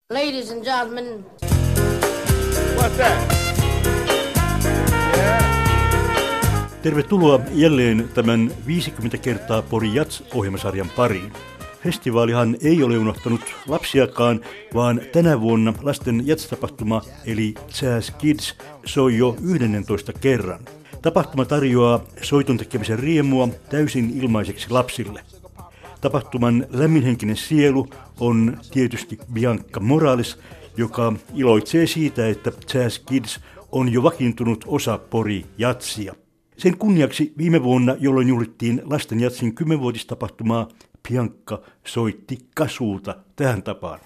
Ladies and gentlemen. What's that? Yeah. Tervetuloa jälleen tämän 50 kertaa Pori Jats-ohjelmasarjan pariin. Festivaalihan ei ole unohtanut lapsiakaan, vaan tänä vuonna lasten jats-tapahtuma eli Jazz Kids soi jo 11 kerran. Tapahtuma tarjoaa soiton tekemisen riemua täysin ilmaiseksi lapsille. Tapahtuman lämminhenkinen sielu on tietysti Bianca Morales, joka iloitsee siitä, että Jazz Kids on jo vakiintunut osa Pori Jatsia. Sen kunniaksi viime vuonna, jolloin juhlittiin lasten jatsin 10-vuotistapahtumaa, Bianca soitti kasuuta tähän tapaan.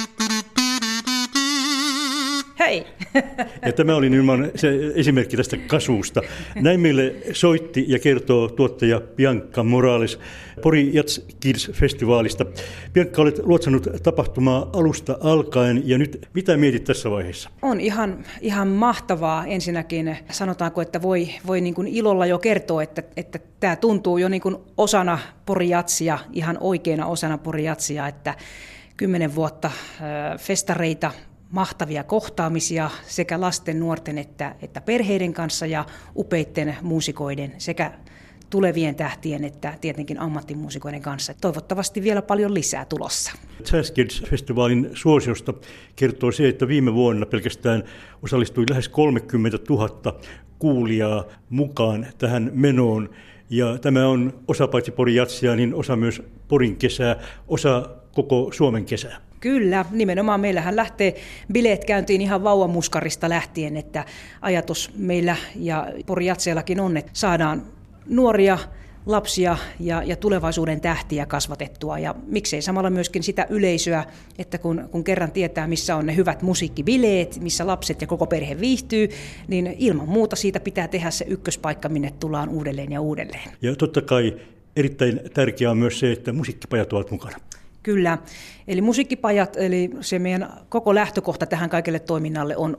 Hei! Ja tämä oli nimenomaan se esimerkki tästä kasuusta. Näin meille soitti ja kertoo tuottaja Bianca Morales Pori Jats Kids-festivaalista. Bianca, olet luotsannut tapahtumaa alusta alkaen ja nyt mitä mietit tässä vaiheessa? On ihan mahtavaa. Ensinnäkin sanotaanko, että voi niin kuin ilolla jo kertoa, että tämä tuntuu jo niin kuin osana Pori Jatsia, ihan oikeana osana Pori Jatsia, että 10 vuotta festareita, mahtavia kohtaamisia sekä lasten, nuorten että perheiden kanssa ja upeitten muusikoiden sekä tulevien tähtien että tietenkin ammattimuusikoiden kanssa. Toivottavasti vielä paljon lisää tulossa. Jazz Kids-festivaalin suosiosta kertoo se, että viime vuonna pelkästään osallistui lähes 30 000 kuulijaa mukaan tähän menoon. Ja tämä on osa paitsi Pori Jatsia, niin osa myös Porin kesää, osa koko Suomen kesää. Kyllä, nimenomaan meillähän lähtee bileet käyntiin ihan vauvamuskarista lähtien, että ajatus meillä ja Pori Jatsiallakin on, että saadaan nuoria, lapsia ja tulevaisuuden tähtiä kasvatettua ja miksei samalla myöskin sitä yleisöä, että kun kerran tietää, missä on ne hyvät musiikkibileet, missä lapset ja koko perhe viihtyy, niin ilman muuta siitä pitää tehdä se ykköspaikka, minne tullaan uudelleen ja uudelleen. Ja totta kai erittäin tärkeää on myös se, että musiikkipajat ovat mukana. Kyllä, eli musiikkipajat, eli se meidän koko lähtökohta tähän kaikelle toiminnalle on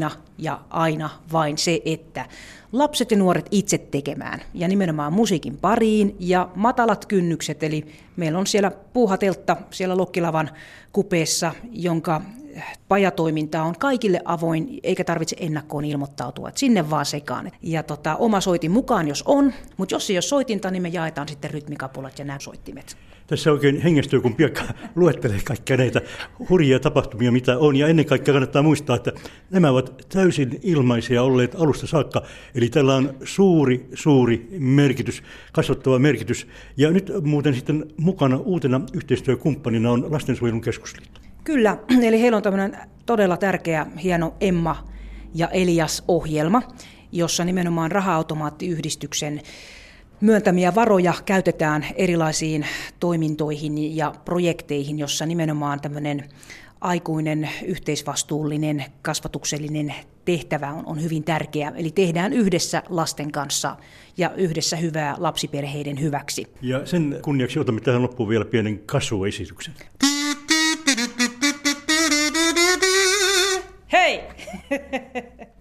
aina vain se, että lapset ja nuoret itse tekemään ja nimenomaan musiikin pariin ja matalat kynnykset, eli meillä on siellä puuhateltta siellä Lokkilavan kupeessa, jonka pajatoiminta on kaikille avoin, eikä tarvitse ennakkoon ilmoittautua, että sinne vaan sekaan. Ja oma soitin mukaan, jos on, mutta jos ei ole soitinta, niin me jaetaan sitten rytmikapulat ja nämä soittimet. Tässä oikein hengästyy, kun Bianca luettelee kaikkia näitä hurjia tapahtumia, mitä on. Ja ennen kaikkea kannattaa muistaa, että nämä ovat täysin ilmaisia olleet alusta saakka. Eli tällä on suuri merkitys, kasvattava merkitys. Ja nyt muuten sitten mukana uutena yhteistyökumppanina on Lastensuojelun keskusliitto. Kyllä, eli heillä on tämmöinen todella tärkeä, hieno Emma ja Elias-ohjelma, jossa nimenomaan Raha-automaattiyhdistyksen myöntämiä varoja käytetään erilaisiin toimintoihin ja projekteihin, jossa nimenomaan tämmöinen aikuinen, yhteisvastuullinen, kasvatuksellinen tehtävä on hyvin tärkeä. Eli tehdään yhdessä lasten kanssa ja yhdessä hyvää lapsiperheiden hyväksi. Ja sen kunniaksi otamme tähän loppuun vielä pienen kasuesityksen. Hei!